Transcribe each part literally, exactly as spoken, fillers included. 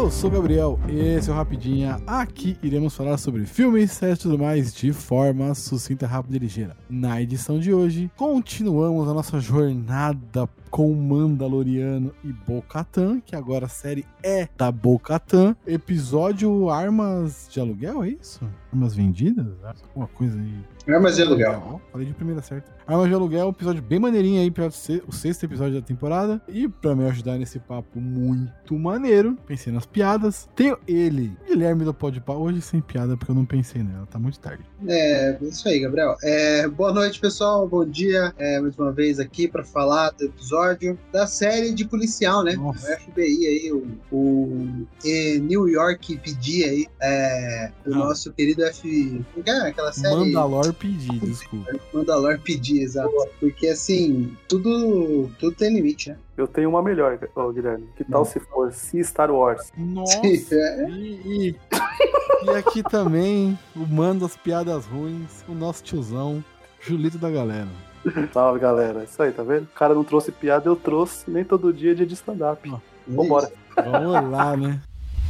Eu sou o Gabriel, esse é o Rapidinha. Aqui iremos falar sobre filmes, séries e tudo mais de forma sucinta, rápida e ligeira. Na edição de hoje, continuamos a nossa jornada com Mandaloriano e Bo-Katan, que agora a série é da Bo-Katan. Episódio Armas de Aluguel, é isso? Armas Vendidas? Alguma coisa aí. Armas de Aluguel. Ó, falei de primeira certa. Armas de Aluguel, um episódio bem maneirinho aí, pra ser o sexto episódio da temporada. E pra me ajudar nesse papo muito maneiro, pensei nas piadas. Tenho ele, Guilherme do Podpah, hoje sem piada, porque eu não pensei nela, tá muito tarde. É, isso aí, Gabriel. É, boa noite, pessoal, bom dia. É, mais uma vez aqui pra falar do episódio da série de policial, né? Nossa. O F B I aí, o, o e New York P D aí, é, o Não. nosso querido F... É, aquela série... Mandalor pedir, desculpa. Mandalor P D, exato. Porque, assim, tudo, tudo tem limite, né? Eu tenho uma melhor, ô, Guilherme. Que tal se fosse Star Wars? Nossa, É. e, e, e aqui também, o mano das piadas ruins, o nosso tiozão, Julito da galera. Salve, galera. Isso aí, tá vendo? O cara não trouxe piada, eu trouxe. Nem todo dia é dia de stand-up. Ó. Vambora. Vamos lá, né?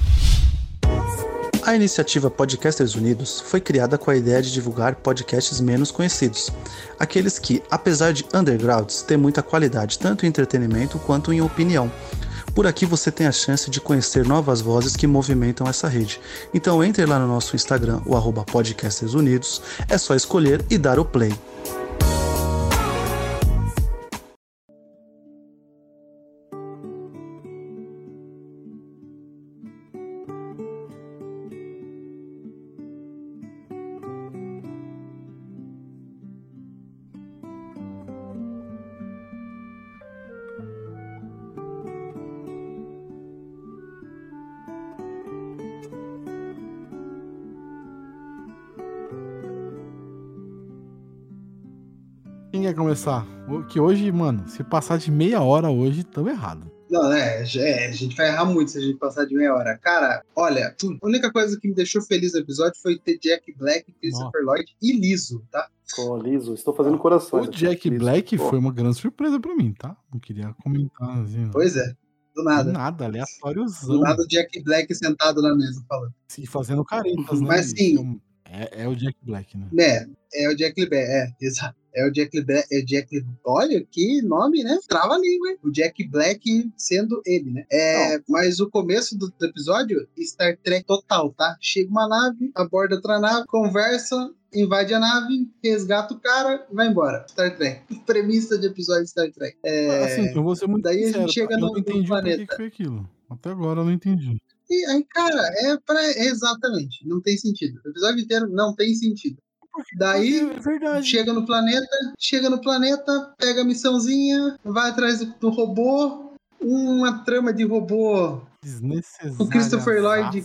A iniciativa Podcasters Unidos foi criada com a ideia de divulgar podcasts menos conhecidos, aqueles que, apesar de undergrounds, têm muita qualidade tanto em entretenimento quanto em opinião. Por aqui você tem a chance de conhecer novas vozes que movimentam essa rede. Então entre lá no nosso Instagram, o arroba Podcasters Unidos, é só escolher e dar o play. Quem quer começar? Que hoje, mano, se passar de meia hora hoje, tamo errado. Não, né? É, a gente vai errar muito se a gente passar de meia hora. Cara, olha, a única coisa que me deixou feliz no episódio foi ter Jack Black, Christopher Lloyd e Liso, tá? Pô, liso, estou fazendo coração. O Jack Black foi uma grande surpresa pra mim, tá? Não queria comentar assim. Não. Pois é, do nada. Nada, aleatóriozão. Do nada o Jack Black sentado na mesa falando. Se fazendo caretas, né? Mas sim. É, é o Jack Black, né? É, é o Jack Black, é, exato. É o Jack Black, é o Jack, olha que nome, né? Trava a língua, hein? O Jack Black sendo ele, né? É, mas o começo do, do episódio, Star Trek total, tá? Chega uma nave, aborda outra nave, conversa, invade a nave, resgata o cara e vai embora. Star Trek. Premissa de episódio de Star Trek. É, assim, eu vou ser muito daí sincero, a gente chega eu no, não entendi no planeta. por que foi aquilo. Até agora eu não entendi. E aí, cara, é pra... Exatamente, não tem sentido. O episódio inteiro não tem sentido. Daí, é verdade. chega no planeta, chega no planeta, pega a missãozinha, vai atrás do, do robô, uma trama de robô desnecessário. O Christopher Lloyd,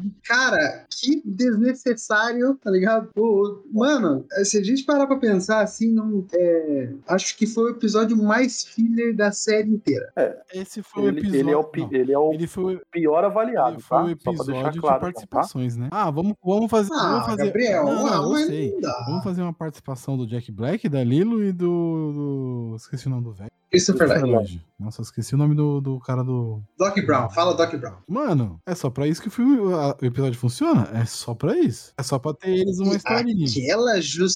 cara, que desnecessário, tá ligado? Pô, mano, se a gente parar pra pensar assim, não, é, acho que foi o episódio mais filler da série inteira. É, esse foi ele, o episódio. Ele é o, pi, ele é o ele foi, pior avaliado, ele foi tá? o episódio claro, de participações, tá? né? Ah, vamos, vamos fazer. Ah, vamos fazer... Gabriel, não, não, mas eu sei. não dá. Vamos fazer uma participação do Jack Black, da Lilo e do. do... Esqueci o nome do velho. Christopher Lloyd. Nossa, eu esqueci o nome do, do cara do. Doc Brown, fala Doc Brown. Mano, é só pra isso que o, filme, o episódio funciona? É só pra isso. É só pra ter eles uma E historinha. aquela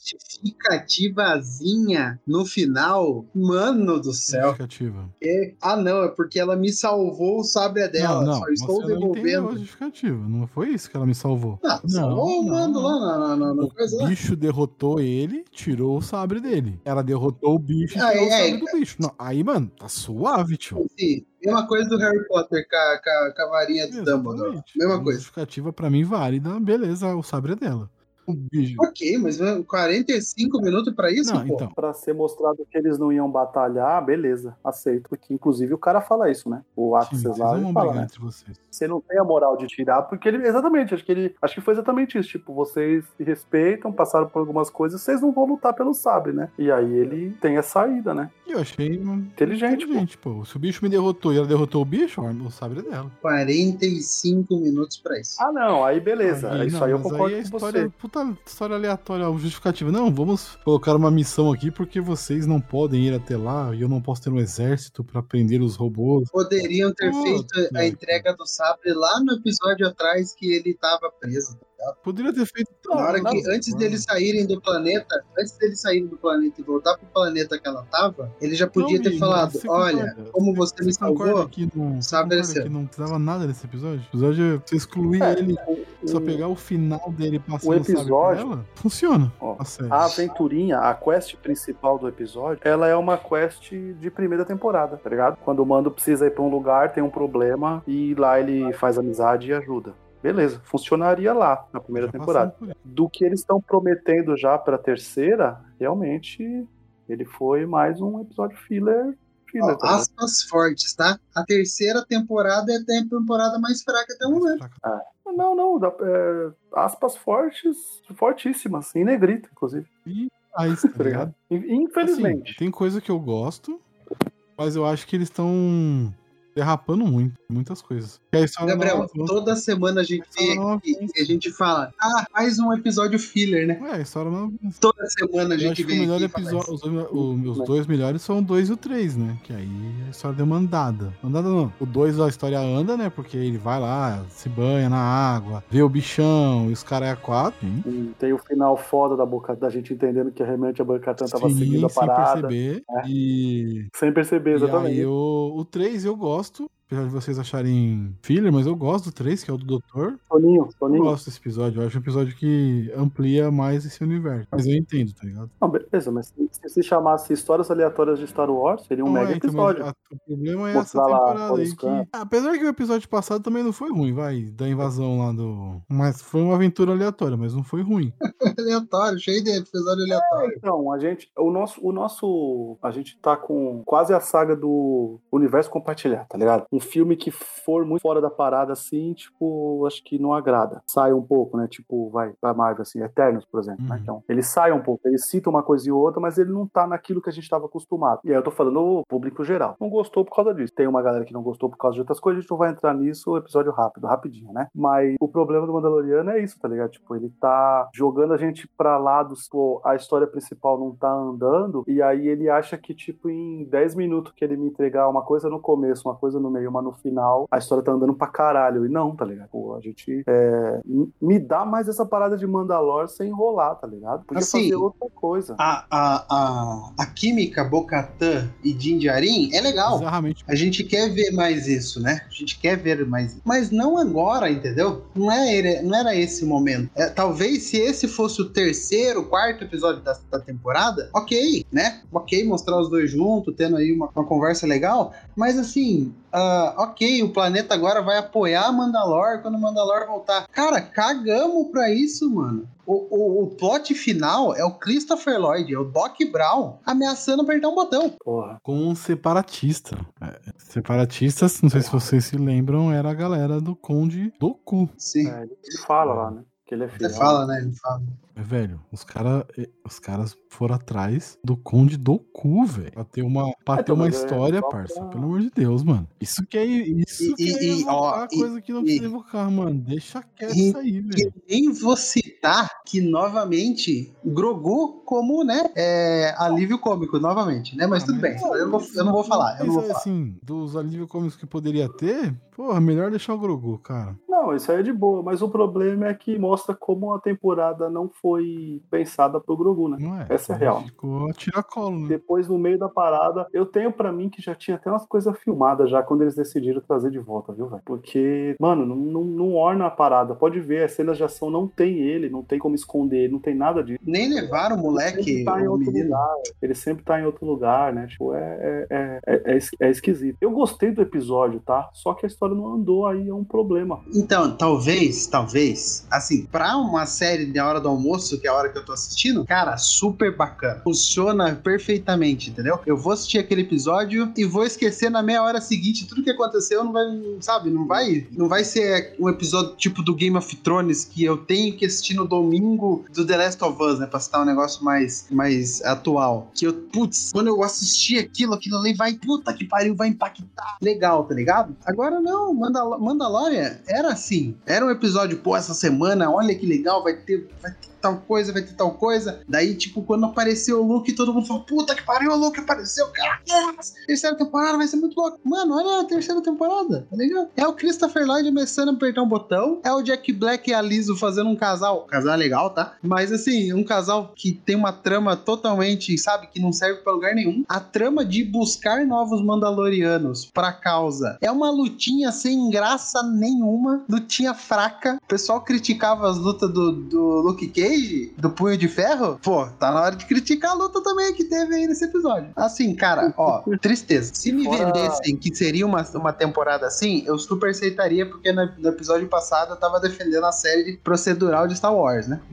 justificativazinha no final, mano do céu. Justificativa. É... Ah, não, é porque ela me salvou o sabre dela. Não, não, só estou você não entendeu devolvendo. a justificativa. Não foi isso que ela me salvou. Ah, não, salvou o mano lá na, na, na, na o coisa lá. bicho derrotou ele, tirou o sabre dele. Ela derrotou o bicho e Aí, tirou o aí, sabre do bicho. Não, aí, mano, tá suave, tio. Sim, mesma coisa do Harry Potter com a, com a, com a varinha do Dumbledore. Exatamente. Mesma Uma coisa. justificativa pra mim válida, beleza, o sabre é dela. O bicho. Ok, mas quarenta e cinco minutos pra isso, Não, pô? então. Pra ser mostrado que eles não iam batalhar, beleza, aceito. Porque inclusive o cara fala isso, né? O Axis Sim, lá, vocês ele vão fala, brigar né? entre vocês. Você não tem a moral de tirar, porque ele, exatamente, acho que ele, acho que foi exatamente isso, tipo, vocês se respeitam, passaram por algumas coisas, vocês não vão lutar pelo sabre, né? E aí ele tem a saída, né? E eu achei Inteligente, inteligente, pô. Se o bicho me derrotou e ela derrotou o bicho, o sabre é dela. quarenta e cinco minutos pra isso. Ah, não, aí beleza, Aí, isso não, aí eu mas concordo aí a com história você. outra história aleatória, justificativa. Não, vamos colocar uma missão aqui porque vocês não podem ir até lá e eu não posso ter um exército pra prender os robôs. Poderiam ter Pô, feito a é. entrega do sabre lá no episódio atrás que ele tava preso. Poderia ter feito. Na hora não, que, não. antes deles saírem do planeta, antes deles saírem do planeta e voltar pro planeta que ela tava, ele já podia Não, ter Vini, falado, você olha, concorda? como você, me Você concorda salvou, que não, você sabe concorda esse- que não precisava nada desse episódio? O episódio é você excluir É, ele, o- só o- pegar o final dele passando o sabe pra episódio- ela, funciona. Ó, A série. A aventurinha, a quest principal do episódio, ela é uma quest de primeira temporada, tá ligado? Quando o Mando precisa ir pra um lugar, tem um problema, e lá ele faz amizade e ajuda. Beleza, funcionaria lá na primeira Já temporada. passamos por isso. Do que eles estão prometendo já pra terceira, realmente ele foi mais um episódio filler. filler Ó, tá ligado? aspas fortes, tá? A terceira temporada é a temporada mais fraca até o momento. Não, não, dá- é, aspas fortes, fortíssimas, em negrito, inclusive. E aí, tá Tá ligado? ligado? In- Infelizmente. Assim, tem coisa que eu gosto, mas eu acho que eles estão derrapando muito, muitas coisas. E a história não Gabriel, avança. toda semana a gente, A história não vê avança. e a gente fala, ah, mais um episódio filler, né? Ué, a história não avança. Toda semana a Eu gente acho que o vem melhor aqui e fala episódio, isso. os, dois- o- os dois melhores são o dois e o três, né? Que aí a história deu uma andada. Andada não. O dois a história anda, né? Porque ele vai lá, se banha na água, vê o bichão e os caras é a quatro. Hein? E tem o final foda da boca da gente entendendo que realmente a Boca-Tan tava Sim, seguindo a sem parada. perceber. né? E, Sem perceber, e exatamente. aí o, o três eu gosto. Apesar de vocês acharem filler, mas eu gosto do três, que é o do Doutor. Toninho, Eu Toninho. gosto desse episódio. Eu acho um episódio que amplia mais esse universo. Mas eu entendo, tá ligado? Não, beleza, mas se, se se chamasse Histórias Aleatórias de Star Wars, seria um Não, mega é, então, mas episódio. a- o problema é Mostrar essa lá temporada aí os que. campos. Apesar que o episódio passado também não foi ruim, vai, da invasão lá do. Mas foi uma aventura aleatória, mas não foi ruim. Aleatório, cheio de episódio aleatório. Então, a gente, o nosso, o nosso, a gente tá com quase a saga do universo compartilhado, tá ligado? Um filme que for muito fora da parada, assim, tipo, acho que não agrada. Sai um pouco, né? Tipo, vai pra Marvel, assim, Eternos, por exemplo, né? Uhum. Então, ele sai um pouco, ele cita uma coisa e outra, mas ele não tá naquilo que a gente tava acostumado. E aí eu tô falando o público geral. Não gostou por causa disso. Tem uma galera que não gostou por causa de outras coisas, a gente não vai entrar nisso, episódio rápido, rapidinho, né? Mas o problema do Mandaloriano é isso, tá ligado? Tipo, ele tá jogando a gente pra lados, pô, a história principal não tá andando, e aí ele acha que, tipo, em dez minutos que ele me entregar uma coisa no começo, uma coisa no meio, uma no final, a história tá andando pra caralho. E não, tá ligado? Pô, a gente é, m- me dá mais essa parada de Mandalor sem enrolar, tá ligado? Podia Assim, fazer outra coisa. A, a, a, a química Bo-Katan e Din Djarin é legal. Bizarramente. A gente quer ver mais isso, né? A gente quer ver mais isso. Mas não agora, entendeu? Não, é, não era esse momento. É, talvez se esse fosse o terceiro, quarto episódio da, da temporada, ok, né? Ok, mostrar os dois juntos, tendo aí uma, uma conversa legal. Mas assim, uh, ok, o planeta agora vai apoiar a Mandalor quando o Mandalor voltar. Cara, cagamos pra isso, mano. O, o, o plot final é o Christopher Lloyd, é o Doc Brown ameaçando apertar um botão. Porra. Com um separatista. É, separatistas, não sei se vocês se lembram, era a galera do Conde Doku. Sim, É, ele fala lá, né? Que ele é você fiel. fala, né? Ele fala. É, velho, os, cara, eh, os caras foram atrás do Conde Doku, velho. Pra ter uma, pra É, ter uma mas é história, só parça. pra- Pelo amor de Deus, mano. Isso que é, isso E- que é e- e, evocar ó, e- coisa que não e- precisa evocar, mano. Deixa quieto e- isso aí, E velho. nem vou citar que, novamente, Grogu como, né, é, alívio cômico, novamente, né? Mas Ah, tudo mas- bem, eu, vou, eu não vou falar, eu não vou Mas, falar. assim, dos alívio cômicos que poderia ter, porra, melhor deixar o Grogu, cara. Não, isso aí é de boa, mas o problema é que mostra como a temporada não foi pensada pro Grogu, né? Não é? Essa é Aí real. Ficou a tiracolo, né? Depois, no meio da parada, eu tenho pra mim que já tinha até umas coisas filmadas já quando eles decidiram trazer de volta, viu, velho? Porque, mano, não, não, não orna a parada. Pode ver, as cenas de ação não tem ele, não tem como esconder ele, não tem nada disso. Nem levaram o Ele moleque, sempre tá em o outro menino. lugar. Ele sempre tá em outro lugar, né? Tipo, é, é, é, é, es- é esquisito. Eu gostei do episódio, tá? Só que a história não andou, aí é um problema. Então, talvez, talvez, assim, pra uma série de hora do almoço, que é a hora que eu tô assistindo, cara, super bacana. Funciona perfeitamente, entendeu? Eu vou assistir aquele episódio e vou esquecer na meia hora seguinte tudo que aconteceu, não vai, sabe, não vai, não vai ser um episódio tipo do Game of Thrones que eu tenho que assistir no domingo do The Last of Us, né, pra citar um negócio mais, mais atual. Que eu, putz, quando eu assisti aquilo, aquilo ali vai, puta que pariu, vai impactar. Legal, tá ligado? Agora não, Mandal- Mandalorian era assim. Era um episódio, pô, essa semana, olha que legal, vai ter, vai ter tal coisa, vai ter tal coisa. Daí, tipo, quando apareceu o Luke, todo mundo falou, puta que pariu, o Luke apareceu, cara. Yes! Terceira temporada vai ser muito louco. Mano, olha a terceira temporada, tá ligado? É o Christopher Lloyd começando a apertar um botão, é o Jack Black e a Lizzo fazendo um casal, casal legal, tá? Mas assim, um casal que tem uma trama totalmente, sabe, que não serve pra lugar nenhum. A trama de buscar novos Mandalorianos pra causa é uma lutinha sem graça nenhuma, lutinha fraca. O pessoal criticava as lutas do, do Luke Cage, do Punho de Ferro. Pô, tá na hora de criticar a luta também que teve aí nesse episódio. Assim, cara, ó, tristeza. Se me Fora... vendessem que seria uma, uma temporada assim, eu super aceitaria, porque no, no episódio passado eu tava defendendo a série procedural de Star Wars, né?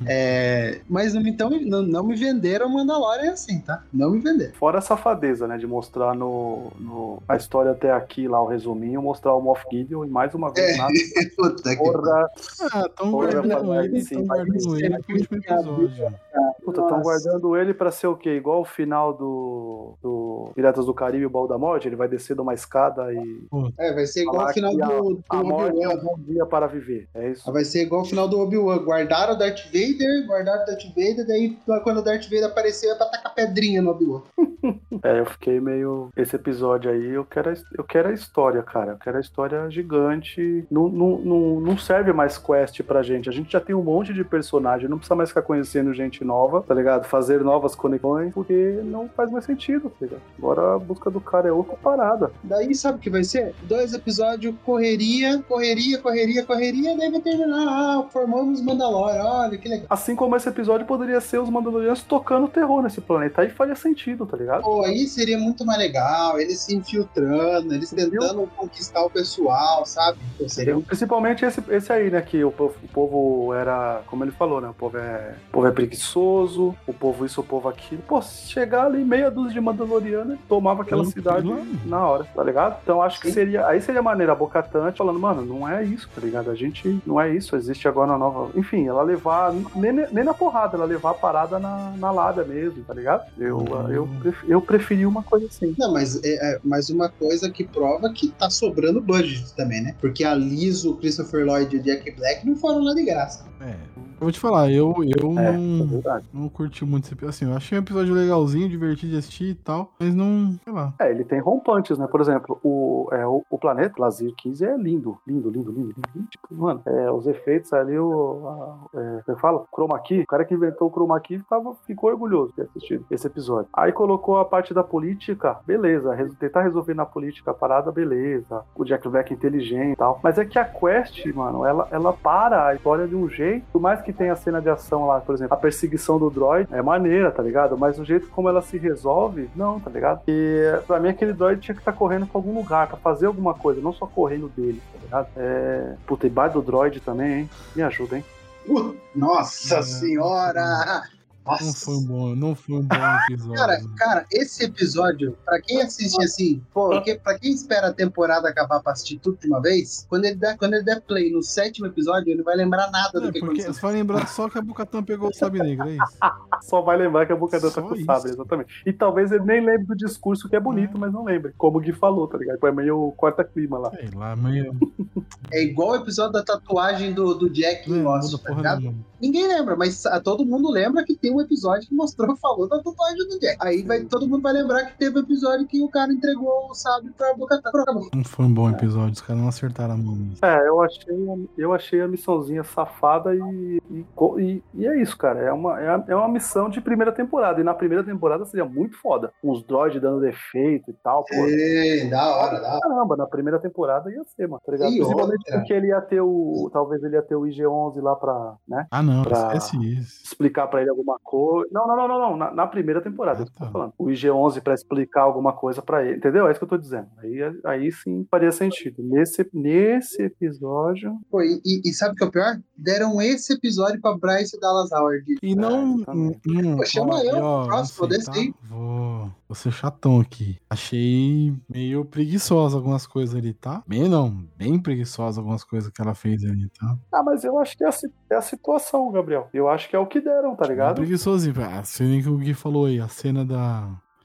é, mas não, então, não, não me venderam Mandalorian assim, tá? Não me venderam. Fora a safadeza, né, de mostrar no, no a história até aqui, lá o resuminho, mostrar o Moff Gideon e mais uma vez É. nada. Puta que Porra, Ah, tão Porra, guardando rapaz, ele, sim, tão mas guardando isso ele é pro último episódio. puta, estão Nossa. guardando ele pra ser o quê? Igual o final do, do Piratas do Caribe, o Baú da Morte, ele vai descer de uma escada e É, vai ser igual falar o final que do, a, do a morte é um Obi-Wan. bom dia para viver. É isso. Vai ser igual o final do Obi-Wan. Guardaram o Darth Vader, guardaram o Darth Vader, daí quando o Darth Vader apareceu é pra tacar pedrinha no Obi-Wan. É, eu fiquei meio... Esse episódio aí, eu quero, a, eu quero a história, cara. Eu quero a história gigante. Não, não, não, não serve mais quest pra gente. A gente já tem um monte de personagem. Não precisa mais ficar conhecendo gente nova, tá ligado? Fazer novas conexões, porque não faz mais sentido, tá ligado? Agora a busca do cara é outra parada. Daí sabe o que vai ser? Dois episódios, correria, correria, correria, correria, daí vai terminar. Ah, formamos Mandalorian, olha que legal. Assim como esse episódio poderia ser os Mandalorianos tocando terror nesse planeta. Aí faria sentido, tá ligado? Pô, aí seria muito mais legal, eles se infiltrando, eles tentando conquistar o pessoal, sabe? Pô, seria um... Principalmente esse, esse aí, né? Que o povo, o povo era, como ele falou, né? O povo é, o povo é preguiçoso, o povo isso, o povo aquilo. Pô, se chegar ali meia dúzia de Mandaloriano, tomava aquela Hum, cidade hum. na hora, tá ligado? Então acho que Sim. seria, aí seria maneira a Bo-Katan falando, mano, não é isso, tá ligado? A gente, não é isso, existe agora uma nova... Enfim, ela levar, nem, nem na porrada, ela levar a parada na, na lábia mesmo, tá ligado? Eu, Hum. eu, pref- eu preferi uma coisa assim. Não, mas é, é mais uma coisa que prova que tá sobrando budget também, né? Porque a Liz, o Christopher Lloyd e o Jack Black não foram lá de graça. É. Eu vou te falar, eu, eu É, é não, verdade. não curti muito esse episódio. Assim, eu achei um episódio legalzinho, divertido de assistir e tal, mas não, sei lá. É, ele tem rompantes, né? Por exemplo, o, é, o, o planeta Lazir quinze é lindo. Lindo, lindo, lindo, lindo. Tipo, mano, é, os efeitos ali, o. A, é, você fala? Chroma key. O cara que inventou o Chroma key tava, ficou orgulhoso de ter assistido esse episódio. Aí colocou a parte da política, beleza. Res, tentar resolver na política a parada, beleza. O Jack Black inteligente e tal. Mas é que a quest, mano, ela, ela para a história de um jeito. Por mais que tenha a cena de ação lá, por exemplo, a perseguição do droid é maneira, tá ligado? Mas o jeito como ela se resolve, não, tá ligado? E pra mim aquele droid tinha que estar tá correndo pra algum lugar, pra fazer alguma coisa, não só correndo dele, tá ligado? É... Puta, e bar do droid também, hein? Me ajuda, hein? Uh, nossa É. senhora! Não Nossa. foi um bom, não foi um bom episódio. Cara, cara, esse episódio, pra quem assiste assim, pô, que, pra quem espera a temporada acabar pra assistir tudo de uma vez, quando ele der, quando ele der play no sétimo episódio, ele não vai lembrar nada do É, que porque aconteceu. você vai lembrar só que a Bo-Katan pegou o Sabre Negro, é isso? Só vai lembrar que a boca dele tá Só com o isso. sabre, exatamente. E talvez ele nem lembre do discurso que é bonito, É. mas não lembre. Como o Gui falou, tá ligado? Foi meio corta-clima lá. Sei lá, meio... É igual o episódio da tatuagem do, do Jack em Não Lost, muda tá porra ligado? nenhuma. Ninguém lembra, mas a, todo mundo lembra que tem um episódio que mostrou, falou da tatuagem do Jack. Aí vai, todo mundo vai lembrar que teve um episódio que o cara entregou o sabre pra Bo-Katan. Pronto, acabou. Não foi um bom episódio, os caras não acertaram a mão. É, eu achei, eu achei a missãozinha safada e, e, e, e é isso, cara. É uma, é, a- é uma missão de primeira temporada. E na primeira temporada seria muito foda. Uns droids dando defeito e tal, pô. Ei, da hora, da hora. Caramba, na primeira temporada ia ser, mano. Tá ligado? E Principalmente outra. porque ele ia ter o. Talvez ele ia ter o I G onze lá pra, né? Ah, não, Pra- esquece isso. Explicar pra ele alguma coisa. Não, não, não, não, não. Na, na primeira temporada, Ah, é isso que eu tá. tô falando. O I G onze pra explicar alguma coisa pra ele. Entendeu? É isso que eu tô dizendo. Aí, aí sim faria sentido. Nesse, nesse episódio. Pô, e, e- e sabe o que é o pior? Deram esse episódio pra Bryce Dallas Howard. E não. É, também. não Pô, chama ó, eu e, ó, pro próximo, não sei, desse tá? aí. Vou, vou ser chatão aqui. Achei meio preguiçosa algumas coisas ali, tá? Meio não, bem preguiçosa algumas coisas que ela fez ali, tá? Ah, mas eu acho que é a, si- é a situação, Gabriel. Eu acho que é o que deram, tá Bem ligado? preguiçosinho. A cena que o Gui falou aí, a cena da.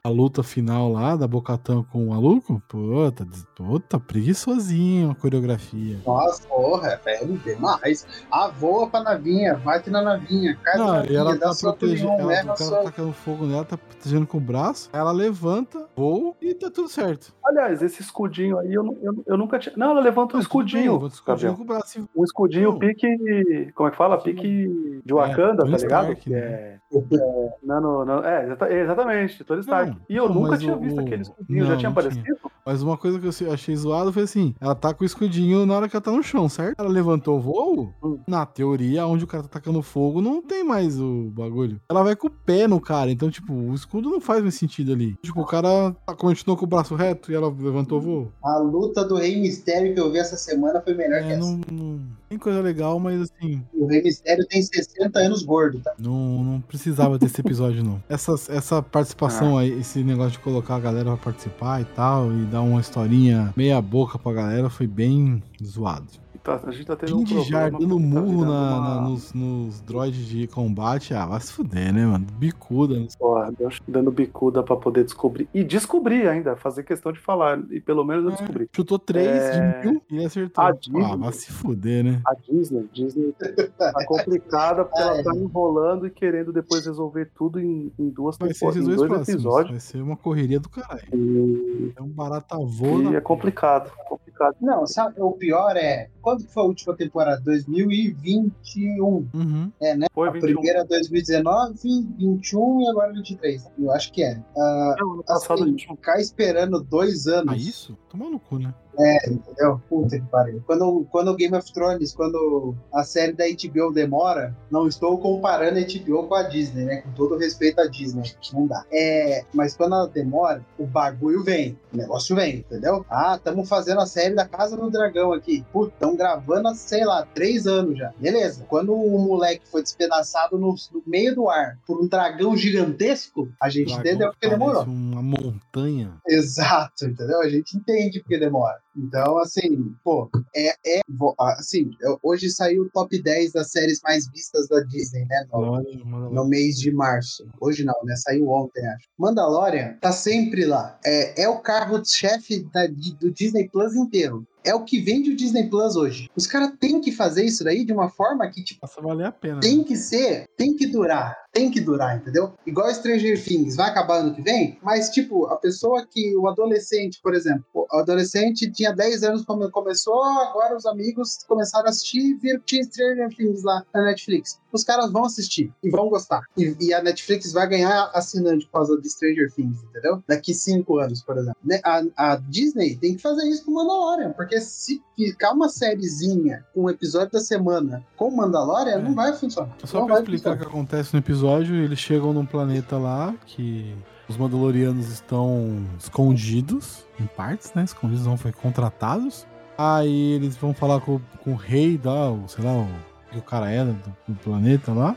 a luta final lá da Bo-Katan com o maluco, puta, puta, preguiçosinho a coreografia. Nossa, porra, velho, demais. Ah, voa pra navinha, bate na navinha, cai Não, na e navinha, ela dá tá solto protegendo, nenhum, ela, leva o cara só. tá tacando fogo nela, tá protegendo com o braço, ela levanta, voa e tá tudo certo. Aliás, esse escudinho aí, eu, nu- eu, eu nunca tinha... Não, ela levanta um Não, tudo bem, escudinho, levanta o escudinho Gabriel. com o braço e... Um escudinho Não. pique... Como é que fala? Pique de Wakanda, Tony tá ligado? Stark, Que né? é... é nano, nano, é, exata- exatamente, Tony Stark. Não, e eu não, nunca mas tinha o- visto o- aquele escudinho, não, já tinha não tinha. aparecido? Mas uma coisa que eu achei zoado foi assim, ela tá com o escudinho na hora que ela tá no chão, certo? Ela levantou o voo, Hum. na teoria, onde o cara tá tacando fogo, não tem mais o bagulho. Ela vai com o pé no cara, então, tipo, o escudo não faz mais sentido ali. Tipo, o cara continuou com o braço reto e ela levantou o voo. A luta do Rei Mistério que eu vi essa semana foi melhor que É, essa. não, não... Tem coisa legal, mas assim, O Rei Mistério tem sessenta anos gordo, tá? não, não precisava desse episódio, não. Essa, essa participação aí, esse negócio de colocar a galera pra participar e tal, e dar uma historinha meia boca pra galera, foi bem zoado. Tá, a gente tá tendo um Din Djarin problema. dando porque tá murro virando na, uma- na- nos, nos droids de combate, ah, vai se fuder, né, mano? Bicuda. Né? Porra, Deus dando bicuda pra poder descobrir. E descobrir ainda, fazer questão de falar. E pelo menos eu É, descobri. chutou três É. de mil e acertou. A Ah, Disney- vai se fuder, né? A Disney, Disney tá complicada porque ela tá enrolando e querendo depois resolver tudo em, em duas Vai ser temporadas, esses em dois dois próximos. episódios. Vai ser uma correria do caralho. E, É um barata voa. e na- é complicado, complicado. Não, sabe, o pior é. Quando que foi a última temporada? dois mil e vinte e um. Uhum. É, né? Foi A vinte e um. primeira dois mil e dezenove, vinte e um e agora vinte e três. Eu acho que é. Ah, Não, ano passado a assim, gente não ficar esperando dois anos. Ah, isso? Tomar no cu, né? Entendeu? Puta que pariu. Quando, quando o Game of Thrones, quando a série da H B O demora, não estou comparando a H B O com a Disney, né? Com todo respeito à Disney. Não dá. É, mas quando ela demora, o bagulho vem. O negócio vem, entendeu? Ah, estamos fazendo a série da Casa do Dragão aqui. Puta, estão gravando há, sei lá, três anos já. Beleza. Quando o moleque foi despedaçado no, no meio do ar por um dragão gigantesco, a gente Dragão entendeu que porque demorou. parece uma montanha. Exato, entendeu? A gente entende porque demora. Então, assim, pô, é, é vo- assim, eu- hoje saiu o top dez das séries mais vistas da Disney, né? No, Olha, manda lá. no mês de março. Hoje não, né? Saiu ontem, acho. Mandalorian tá sempre lá. É, é o carro-chefe da- de- do Disney Plus inteiro. É o que vende o Disney Plus hoje. Os caras têm que fazer isso daí de uma forma que, tipo, Passa a valer a pena. tem né? que ser, tem que durar, tem que durar, entendeu? Igual Stranger Things, vai acabar ano que vem, mas, tipo, a pessoa que, o adolescente, por exemplo, o adolescente tinha dez anos quando começou, agora os amigos começaram a assistir e viram que tinha Stranger Things lá na Netflix. Os caras vão assistir e vão gostar. E, e a Netflix vai ganhar assinante por causa de Stranger Things, entendeu? Daqui cinco anos, por exemplo. Né? A, a Disney tem que fazer isso com Mandalorian, porque se ficar uma sériezinha, um episódio da semana com Mandalorian, É. não vai funcionar. Só não pra vai explicar o que funcionar. acontece no episódio, eles chegam num planeta lá que os Mandalorianos estão escondidos, em partes, né? Escondidos não, foi contratados. Aí eles vão falar com, com o rei da, o, sei lá, o que o cara é do, do planeta lá.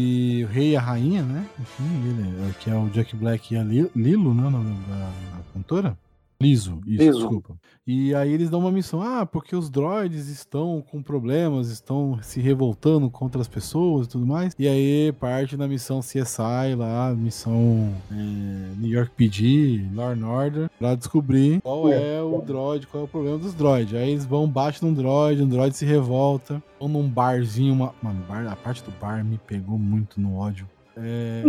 E o rei e a rainha, né? Enfim, ele, que é o Jack Black e a Li- Lilo, né? O nome da, da cantora. Liso, isso, Liso. desculpa. E aí eles dão uma missão, ah, porque os droids estão com problemas, estão se revoltando contra as pessoas e tudo mais. E aí parte da missão C S I lá, missão é, New York P D, Law and Order, pra descobrir qual é o droid, qual é o problema dos droids. Aí eles vão, baixam num droid, um droid se revolta, vão num barzinho, uma, mano, bar, a parte do bar me pegou muito no ódio. É...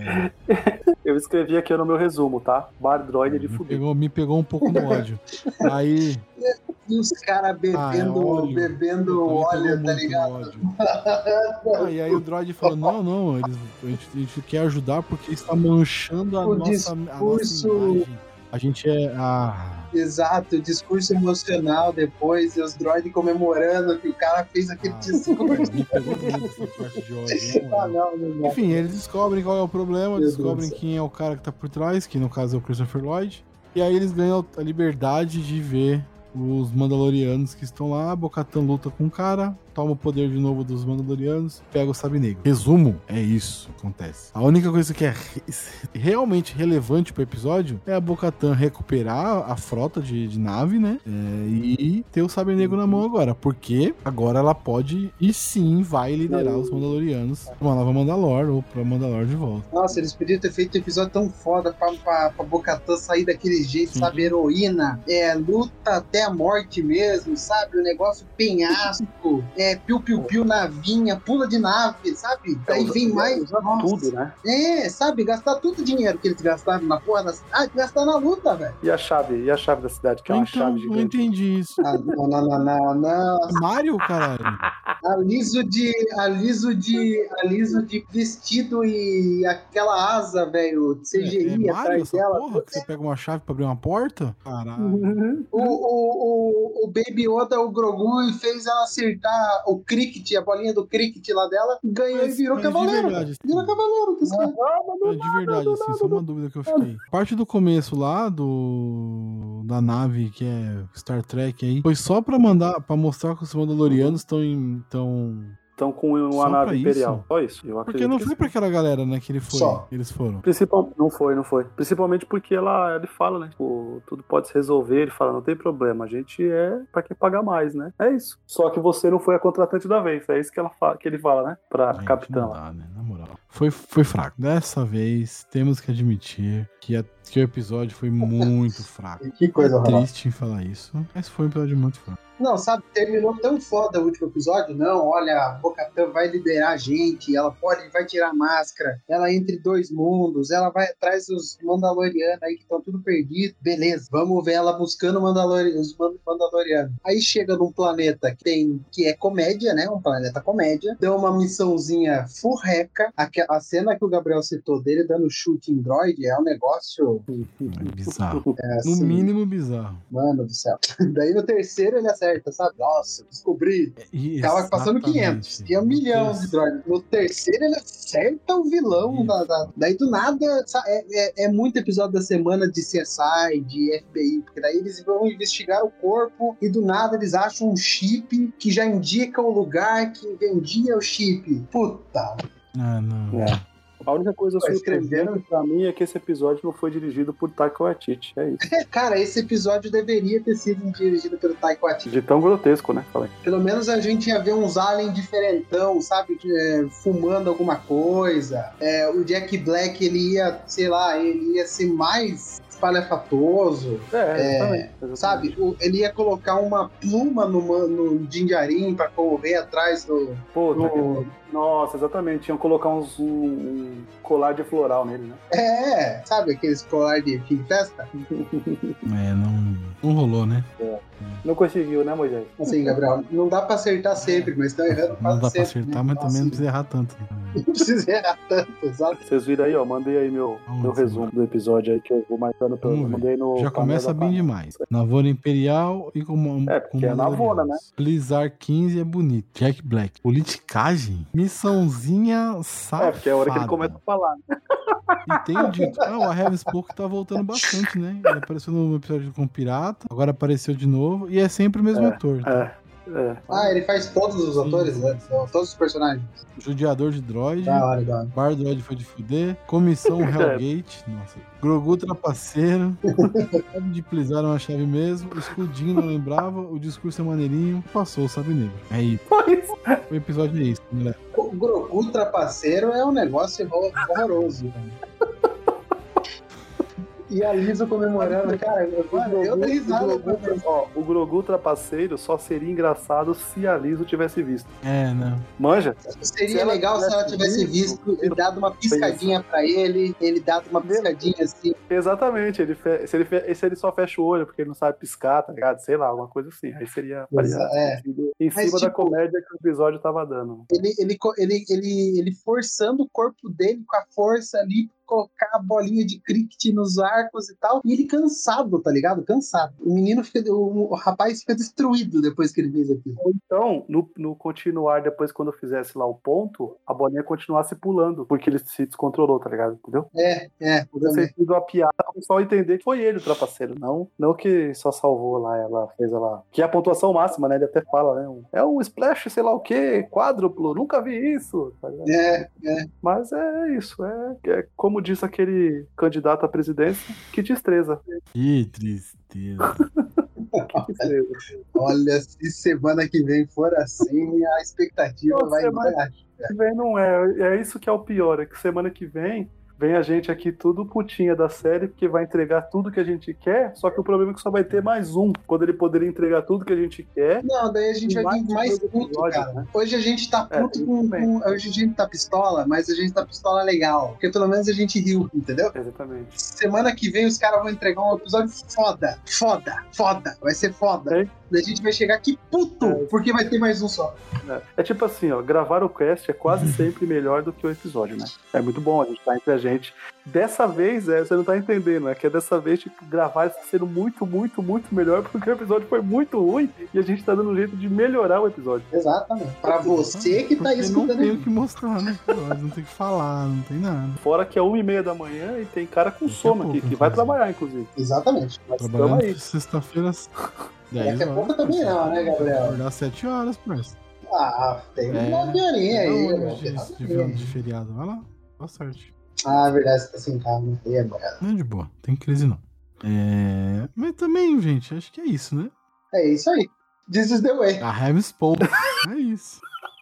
Eu escrevi aqui no meu resumo, tá? Bar droid é de me, fuder. pegou, me pegou um pouco no ódio. Aí E os caras bebendo, Ah, é óleo. bebendo Puta, me pegou óleo, tá muito no ligado? ódio. Ah, e aí o droid falou, não, não, eles, a, gente, a gente quer ajudar porque está manchando a, O nossa, a nossa discurso- imagem. A gente é... Ah, Exato, discurso emocional depois, e os droids comemorando que o cara fez aquele ah, discurso. me pegou muito essa parte de ódio. Ah, Não, não, não, não. Enfim, eles descobrem qual é o problema, Meu descobrem Deus. quem é o cara que tá por trás, que no caso é o Christopher Lloyd. E aí eles ganham a liberdade de ver os Mandalorianos que estão lá, Bo-Katan luta com um cara, toma o poder de novo dos Mandalorianos, pega o Sabre Negro. Resumo, é isso que acontece. A única coisa que é re- realmente relevante pro episódio é a Bo-Katan recuperar a frota de, de nave, né? É, e ter o Sabre Negro na mão agora, porque agora ela pode e sim vai liderar os Mandalorianos pra uma nova Mandalor ou pra Mandalor de volta. Nossa, eles podiam ter feito um episódio tão foda pra, pra, pra Bo-Katan sair daquele jeito, Sim. sabe? Heroína, é, luta até a morte mesmo, sabe? O negócio penhasco, é, piu-piu-piu, navinha, pula de nave, sabe? Daí vem mais. Usa Nossa. tudo, né? É, sabe? Gastar todo o dinheiro que eles gastaram na porra da cidade, gastar na luta, velho. E a chave? E a chave da cidade, que é uma Então, chave não gigante. entendi isso. Ah, não, não, não, não, não. Mario, caralho. Aliso de. Aliso de. Aliso de vestido e aquela asa, velho. C G I É, é Mario atrás essa dela. porra que você pega uma chave pra abrir uma porta? Caralho. Uhum. O, o, o, o Baby Yoda, o Grogu, e fez ela acertar o cricket, a bolinha do cricket lá dela, ganhou Mas- e virou mas de cavaleiro. verdade, velho. Virou sim. cavaleiro. Tá certo. É, de verdade, assim, só uma dúvida que eu fiquei. Parte do começo lá do da nave que é Star Trek aí, foi só pra mandar, pra mostrar que os Mandalorianos estão em tão Então, com uma Só nave pra imperial. isso? Só isso. Eu porque acredito não que foi sim. pra aquela galera, né, que ele foi, Só. eles foram. Principal... Não foi, não foi. Principalmente porque ela, ele fala, né? Tipo, tudo pode se resolver. Ele fala, não tem problema. A gente é pra quem pagar mais, né? É isso. Só que você não foi a contratante da vez. É isso que, ela fala, que ele fala, né? Pra Gente, capitã. não lá. dá, né, na moral. Foi, foi fraco. Dessa vez, temos que admitir que, a- que o episódio foi muito fraco. Que coisa É horrorosa. triste em falar isso, mas foi um episódio muito fraco. Não, sabe, terminou tão foda o último episódio. Não, olha, a Bo-Katan vai liderar a gente, ela pode, vai tirar a máscara, ela entre dois mundos, ela vai atrás dos Mandalorianos aí que estão tudo perdidos. Beleza, vamos ver ela buscando Mandalori- os Man- Mandalorianos. Aí chega num planeta que tem, que é comédia, né? Um planeta comédia. Deu uma missãozinha furreca. A, a cena que o Gabriel citou dele dando chute em droid é um negócio, É bizarro. é, No assim, mínimo bizarro. mano do céu. Daí no terceiro ele acerta, sabe? Nossa, descobri. E- Tava passando exatamente. quinhentos. Tinha um milhão de droids. No terceiro, ele acerta o vilão. Da, da- Daí, do nada, sa- é, é, é muito episódio da semana de C S I, de F B I. Porque daí eles vão investigar o corpo e do nada eles acham um chip que já indica o lugar que vendia o chip. Puta. Ah, não. É. A única coisa Pô, surpreendente escreveram- pra mim é que esse episódio não foi dirigido por Taika Waititi. É isso. É, cara, esse episódio deveria ter sido dirigido pelo Taika Waititi. De tão grotesco, né? Falei. Pelo menos a gente ia ver uns aliens diferentão, sabe? É, fumando alguma coisa. É, o Jack Black, ele ia, sei lá, ele ia ser mais espalhafatoso, É, exatamente. exatamente. sabe? O- ele ia colocar uma pluma no, ma- no Jinjarin pra correr atrás do... Pô, tá do... aqui. Nossa, exatamente. Iam colocar uns, um, um colar de floral nele, né? É, sabe aqueles colar de fim de festa? É, não, não rolou, né? Não conseguiu, né, Moisés? Assim, Gabriel, não dá pra acertar sempre, mas tá errando Não quase dá pra sempre, acertar, né? mas também não Nossa, precisa errar tanto. né? não precisa errar tanto, sabe? Vocês viram aí, ó. Mandei aí meu, Vamos meu lá. resumo do episódio aí que eu vou marcando pelo. Vamos ver. Mandei no. Já panel começa da bem página. demais. Navona Imperial e com É, porque é Navona, né? Blizzard quinze é bonito. Jack Black. Politicagem? Missãozinha safada. É, porque é a hora que ele começa a falar. Né? E tenho dito, ah, o A Heavy Spoke tá voltando bastante, né? Ele apareceu no episódio com o Pirata, agora apareceu de novo, e é sempre o mesmo É, ator. É. É. Ah, ele faz todos os Sim, atores, sim, né? sim. Todos os personagens. Judiador de droid, Da hora, da hora. Bar Droid foi de fuder, Comissão Hellgate, nossa, Grogu Trapaceiro, sabe de plisaram a chave mesmo, Escudinho não lembrava, o discurso é maneirinho, passou o Sabe Negro. É isso, o episódio é isso, galera. O Grogu trapaceiro é um negócio horror- horroroso. Cara. E a Lisa comemorando, cara, eu, mano, eu dei risada. o, Grogu, ó, o Grogu trapaceiro só seria engraçado se a Liso tivesse visto. É, não. Manja? Seria Se ela legal se ela tivesse tivesse visto e dado uma piscadinha pra ele, ele dado uma piscadinha assim. Exatamente. Ele fe... se, ele fe... se ele só fecha o olho porque ele não sabe piscar, tá ligado? Sei lá, alguma coisa assim. Aí seria faria É. sentido em Mas, cima da tipo, comédia que o episódio tava dando. Ele, ele, co- ele, ele, ele forçando o corpo dele com a força ali colocar a bolinha de cricket nos arcos e tal. E ele cansado, tá ligado? Cansado. O menino fica, o, o rapaz fica destruído depois que ele fez aquilo. Ou então, no, no continuar, depois quando eu fizesse lá o ponto, a bolinha continuasse pulando, porque ele se descontrolou, tá ligado? Entendeu? É, é. Podia ter sido a piada, o pessoal entender que foi ele o trapaceiro, não, não que só salvou lá, ela fez ela. Que é a pontuação máxima, né? Ele até fala, né? É um splash, sei lá o quê, quádruplo, nunca vi isso. Tá ligado? É, é. Mas é isso, é, é como diz aquele candidato à presidência, que destreza. Que tristeza. Que destreza. Olha, se semana que vem for assim, a expectativa Não, vai semana embora. que vem não é, é isso que é o pior, é que semana que vem vem a gente aqui tudo putinha da série, porque vai entregar tudo que a gente quer, só que o problema é que só vai ter mais um, quando ele poderia entregar tudo que a gente quer. Não, daí a gente vai vir mais puto, cara. Né? Hoje a gente tá puto é, com, com... Hoje a gente tá pistola, mas a gente tá pistola legal. Porque pelo menos a gente riu, entendeu? Exatamente. Semana que vem os caras vão entregar um episódio foda. Foda, foda. Vai ser foda. É. Daí a gente vai chegar aqui puto, é. porque vai ter mais um só. É. é tipo assim, ó, gravar o cast é quase sempre melhor do que o episódio, né? É muito bom, a gente tá entre a gente. Dessa vez, é, você não tá entendendo, é que dessa vez, tipo, gravar está sendo muito, muito, muito melhor, porque o episódio foi muito ruim e a gente tá dando um jeito de melhorar o episódio. Exatamente. Pra você que tá escutando. Não tem o que mostrar, né? Não tem o que falar, não tem nada. Fora que é uma e meia da manhã e tem cara com sono aqui, que vai trabalhar, inclusive. Exatamente. Mas trabalhando aí. Sexta-feira. Daqui a pouco também não, né, Gabriel? Acordar sete horas, parça. Ah, tem é, uma horinha aí. Hoje, né? de, de feriado. Vai lá, boa sorte. Ah, é verdade, você tá sem carro, não tem agora. Não é de boa, tem crise não. É... Mas também, gente, acho que é isso, né? É isso aí. This is the way. A Hermes Paul. É isso.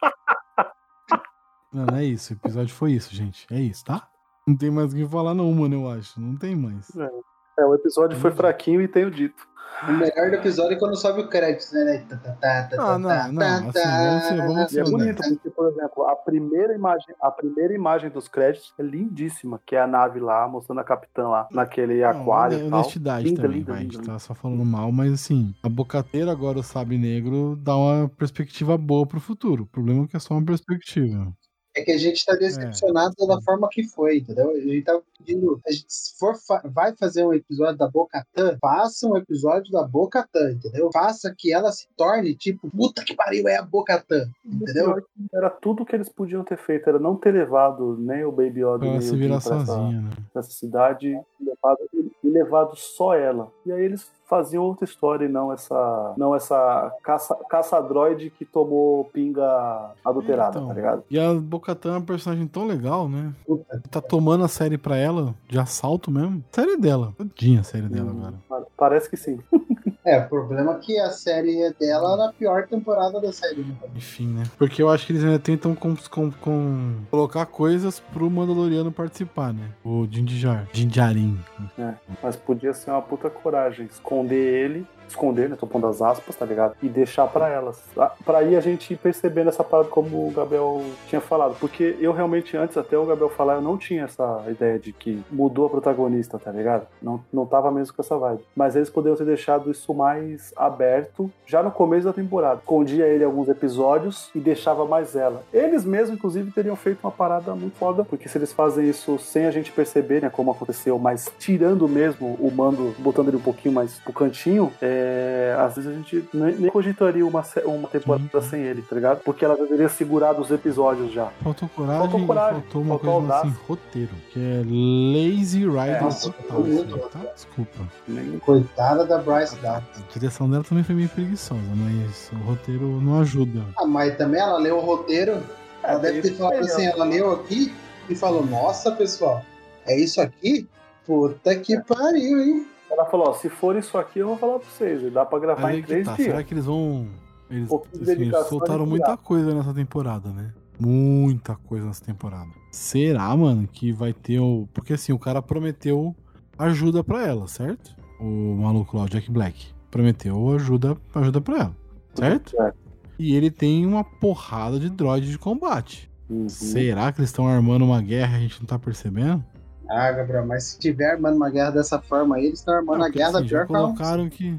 Não, não é isso. O episódio foi isso, gente. É isso, tá? Não tem mais o que falar não, mano, eu acho. Não tem mais. É, é o episódio foi fraquinho e tenho dito. O melhor do episódio é quando sobe o crédito, né? Ah, não, não. Assim, vamos, vamos e é bonito, porque, por exemplo, a primeira imagem, a primeira imagem dos créditos é lindíssima, que é a nave lá, mostrando a capitã lá, naquele não, aquário e tal. Honestidade linda, também, linda, vai. Linda, a gente tá só falando mal, mas assim, a Bocateira agora, o Sabre Negro, dá uma perspectiva boa pro futuro. O problema é que é só uma perspectiva. É que a gente tá decepcionado é. da forma que foi, entendeu? A gente tá pedindo. A gente, se for fa- vai fazer um episódio da Bo-Katan, faça um episódio da Bo-Katan, entendeu? Faça que ela se torne tipo, puta que pariu, é a Bo-Katan, entendeu? Era tudo que eles podiam ter feito, era não ter levado nem o Baby Yoda nem se virar sozinha, né? Pra essa cidade e levado, e levado só ela. E aí eles faziam outra história e não essa, não essa caça, caça-droide que tomou pinga adulterada, então, tá ligado? E a Bo-Katan é uma personagem tão legal, né? Puta. Tá tomando a série pra ela, de assalto mesmo. A série dela. Tadinha a série dela hum, agora. Parece que sim. É, o problema é que a série dela na pior temporada da série, né? Enfim, né? Porque eu acho que eles ainda tentam com, com, com colocar coisas pro Mandaloriano participar, né? O Din Djarin. Din Djarin. É, mas podia ser uma puta coragem esconder ele, esconder, né? Tô pondo as aspas, tá ligado? E deixar pra elas. Pra aí a gente ir percebendo essa parada como o Gabriel tinha falado. Porque eu realmente, antes até o Gabriel falar, eu não tinha essa ideia de que mudou a protagonista, tá ligado? Não, não tava mesmo com essa vibe. Mas eles poderiam ter deixado isso mais aberto já no começo da temporada. Escondia ele alguns episódios e deixava mais ela. Eles mesmos, inclusive, teriam feito uma parada muito foda, porque se eles fazem isso sem a gente perceber, né, como aconteceu, mas tirando mesmo o Mando, botando ele um pouquinho mais pro cantinho, é, às vezes a gente nem, nem cogitaria uma, uma temporada uhum. sem ele, tá ligado? Porque ela deveria segurar dos episódios já. Faltou coragem, faltou, coragem, faltou uma faltou coisa assim, roteiro, que é lazy writing é, total, assim, tá? Desculpa. Coitada da Bryce Dallas. A direção dela também foi meio preguiçosa, mas o roteiro não ajuda. Ah, mas também ela leu o roteiro, ela é, deve ter falado assim, ela leu aqui e falou, nossa, pessoal, é isso aqui? Puta que pariu, hein? Ela falou, ó, se for isso aqui, eu vou falar pra vocês, dá pra gravar em três tá. dias. Será que eles vão... Eles, um assim, eles soltaram muita coisa nessa temporada, né? Muita coisa nessa temporada. Será, mano, que vai ter o... Porque assim, o cara prometeu ajuda pra ela, certo? O maluco lá, o Jack Black, prometeu ajuda, ajuda pra ela, certo? É. E ele tem uma porrada de droid de combate. Uhum. Será que eles estão armando uma guerra e a gente não tá percebendo? Ah, Gabriel, mas se tiver armando uma guerra dessa forma aí, eles estão armando não, a guerra assim, da pior forma. Colocaram que...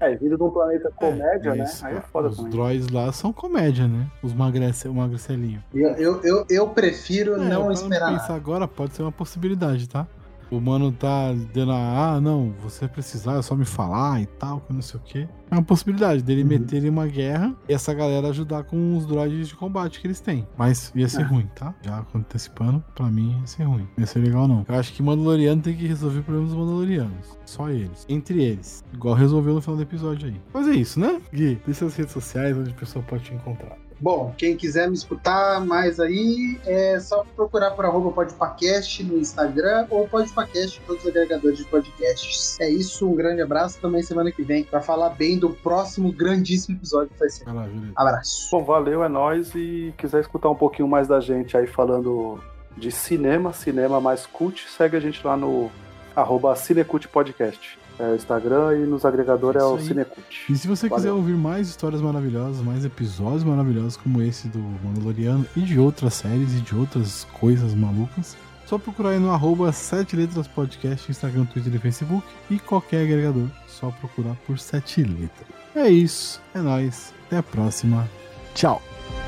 É, vindo de um planeta comédia, é, né? isso, Aí é foda os também. droids lá são comédia, né? Os magrece, o magrecelinho. Eu, eu, eu, eu prefiro É, não pra esperar pensar nada. agora, pode ser uma possibilidade, tá? O mano tá dando a, ah, não, você precisar, é só me falar e tal, que não sei o quê. É uma possibilidade dele Uhum. meter em uma guerra e essa galera ajudar com os droids de combate que eles têm. Mas ia ser É. ruim, tá? Já antecipando, pra mim ia ser ruim. Não ia ser legal, não. Eu acho que Mandaloriano tem que resolver problemas dos Mandalorianos. Só eles. Entre eles. Igual resolveu no final do episódio aí. Mas é isso, né? Gui, deixa as redes sociais onde a pessoa pode te encontrar. Bom, quem quiser me escutar mais aí, é só procurar por arroba podpacast no Instagram ou podpacast em todos os agregadores de podcasts. É isso, um grande abraço. Também semana que vem pra falar bem do próximo grandíssimo episódio que vai ser. Vai lá, Júlio. Abraço. Bom, valeu, é nóis. E quiser escutar um pouquinho mais da gente aí falando de cinema, cinema mais cult, segue a gente lá no arroba Cinecult Podcast. É o Instagram e nos agregadores é, Isso o aí. Cinecult. E se você Valeu. quiser ouvir mais histórias maravilhosas, mais episódios maravilhosos como esse do Mandaloriano e de outras séries e de outras coisas malucas, só procurar aí no arroba sete letras podcast, Instagram, Twitter e Facebook e qualquer agregador. Só procurar por sete letras. É isso, é nóis. Até a próxima. Tchau.